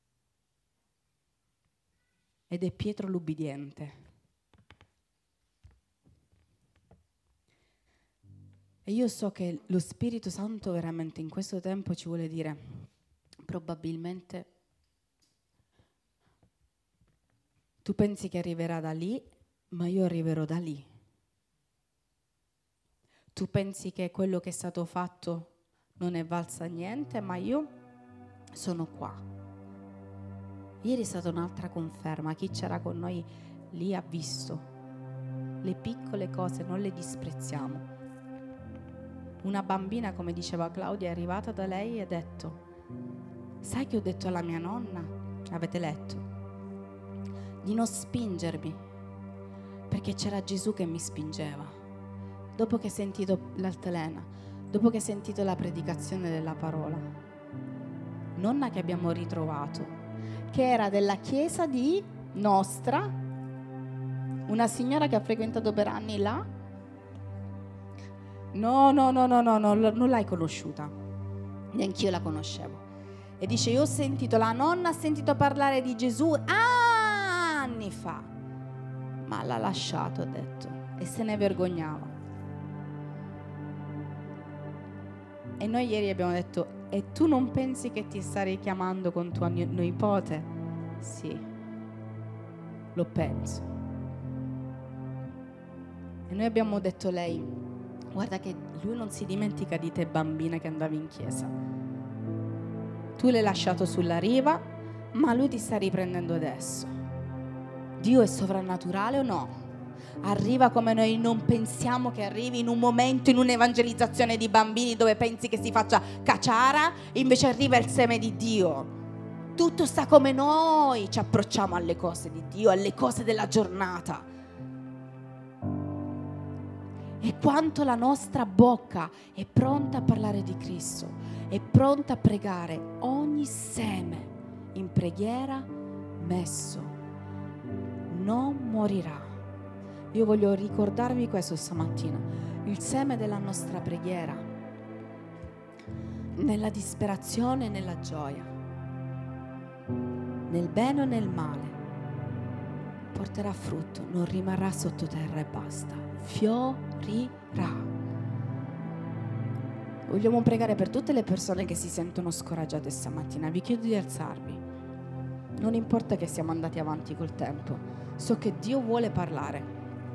Speaker 2: ed è Pietro l'ubbidiente. E io so che lo Spirito Santo veramente in questo tempo ci vuole dire, probabilmente tu pensi che arriverà da lì, ma io arriverò da lì. Tu pensi che quello che è stato fatto non è valsa niente, ma io sono qua. Ieri è stata un'altra conferma, chi c'era con noi lì ha visto. Le piccole cose non le disprezziamo. Una bambina, come diceva Claudia, è arrivata da lei e ha detto, sai che ho detto alla mia nonna, avete letto, di non spingermi, perché c'era Gesù che mi spingeva. Dopo che ho sentito l'altalena, dopo che ho sentito la predicazione della parola, nonna che abbiamo ritrovato, che era della chiesa di nostra, una signora che ha frequentato per anni là. No, no, no, no, no, no, non l'hai conosciuta, neanch'io la conoscevo. E dice, io ho sentito, la nonna ha sentito parlare di Gesù anni fa, ma l'ha lasciato, ha detto, e se ne vergognava. E noi ieri abbiamo detto, e tu non pensi che ti starei chiamando con tua nipote? Sì, lo penso. E noi abbiamo detto a lei: guarda che lui non si dimentica di te bambina che andavi in chiesa. Tu l'hai lasciato sulla riva, ma lui ti sta riprendendo adesso. Dio è sovrannaturale o no? Arriva come noi non pensiamo che arrivi, in un momento, in un'evangelizzazione di bambini dove pensi che si faccia cacciara, invece arriva il seme di Dio. Tutto sta come noi ci approcciamo alle cose di Dio, alle cose della giornata. E quanto la nostra bocca è pronta a parlare di Cristo, è pronta a pregare, ogni seme in preghiera messo non morirà. Io voglio ricordarvi questo stamattina: il seme della nostra preghiera, nella disperazione e nella gioia, nel bene o nel male, porterà frutto, non rimarrà sottoterra e basta, fiorirà. Vogliamo pregare per tutte le persone che si sentono scoraggiate stamattina. Vi chiedo di alzarvi. Non importa che siamo andati avanti col tempo, so che Dio vuole parlare.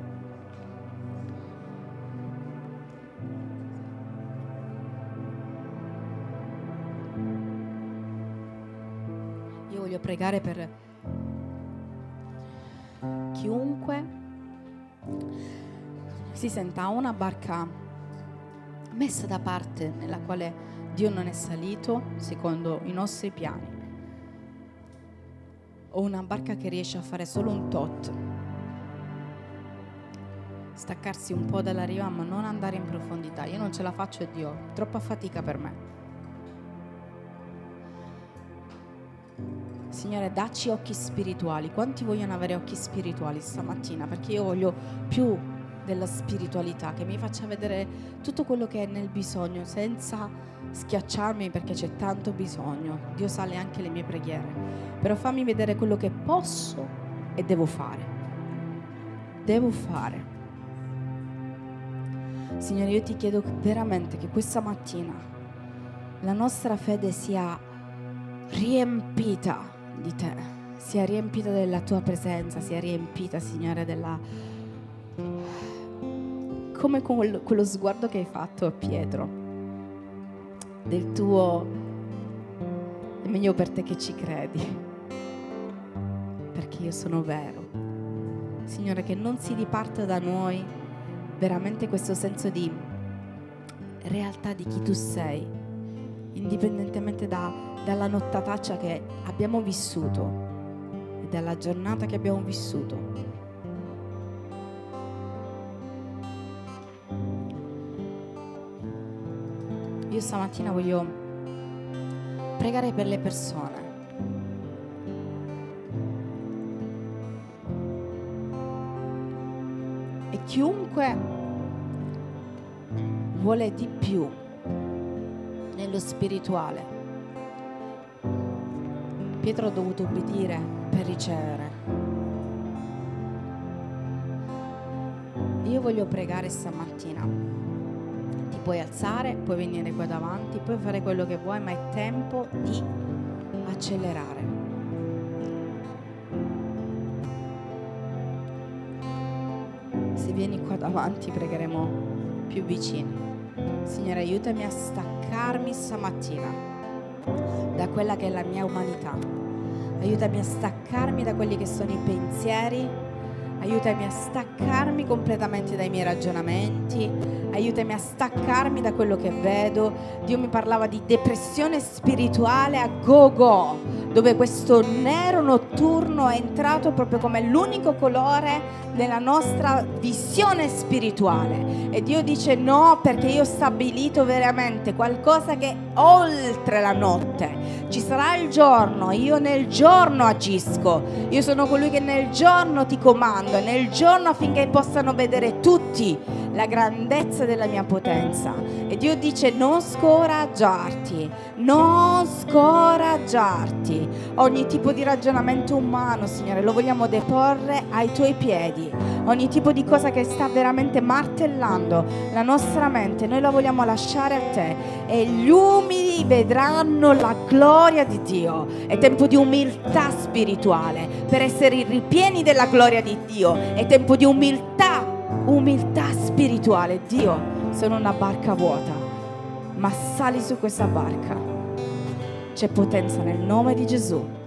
Speaker 2: Io voglio pregare per chiunque si senta una barca messa da parte nella quale Dio non è salito secondo i nostri piani, o una barca che riesce a fare solo un tot, staccarsi un po' dalla riva ma non andare in profondità. Io non ce la faccio, Dio, troppa fatica per me. Signore, dacci occhi spirituali. Quanti vogliono avere occhi spirituali stamattina? Perché io voglio più della spiritualità, che mi faccia vedere tutto quello che è nel bisogno senza schiacciarmi, perché c'è tanto bisogno. Dio sa anche le mie preghiere, però fammi vedere quello che posso e devo fare. Devo fare. Signore, io ti chiedo veramente che questa mattina la nostra fede sia riempita di te, sia riempita della tua presenza, sia riempita, Signore, della, come con quello, quello sguardo che hai fatto a Pietro, del tuo è meglio per te che ci credi, perché io sono vero. Signore, che non si diparta da noi veramente questo senso di realtà di chi tu sei, indipendentemente da dalla nottataccia che abbiamo vissuto e dalla giornata che abbiamo vissuto. Io stamattina voglio pregare per le persone e chiunque vuole di più nello spirituale. Pietro ha dovuto obbedire per ricevere. Io voglio pregare stamattina. Ti puoi alzare, puoi venire qua davanti, puoi fare quello che vuoi, ma è tempo di accelerare. Se vieni qua davanti pregheremo più vicini. Signore, aiutami a staccarmi stamattina da quella che è la mia umanità, aiutami a staccarmi da quelli che sono i pensieri, aiutami a staccarmi completamente dai miei ragionamenti, aiutami a staccarmi da quello che vedo. Dio mi parlava di depressione spirituale a go-go, dove questo nero notturno è entrato proprio come l'unico colore nella nostra visione spirituale, e Dio dice no, perché io ho stabilito veramente qualcosa che è oltre la notte. Ci sarà il giorno, io nel giorno agisco, io sono colui che nel giorno ti comando, e nel giorno affinché possano vedere tutti la grandezza della mia potenza. E Dio dice non scoraggiarti, non scoraggiarti. Ogni tipo di ragionamento umano, Signore, lo vogliamo deporre ai tuoi piedi. Ogni tipo di cosa che sta veramente martellando la nostra mente, noi la vogliamo lasciare a te, e gli umili vedranno la gloria di Dio. È tempo di umiltà spirituale per essere ripieni della gloria di Dio. È tempo di umiltà umiltà spirituale. Dio, sono una barca vuota, ma sali su questa barca. C'è potenza nel nome di Gesù.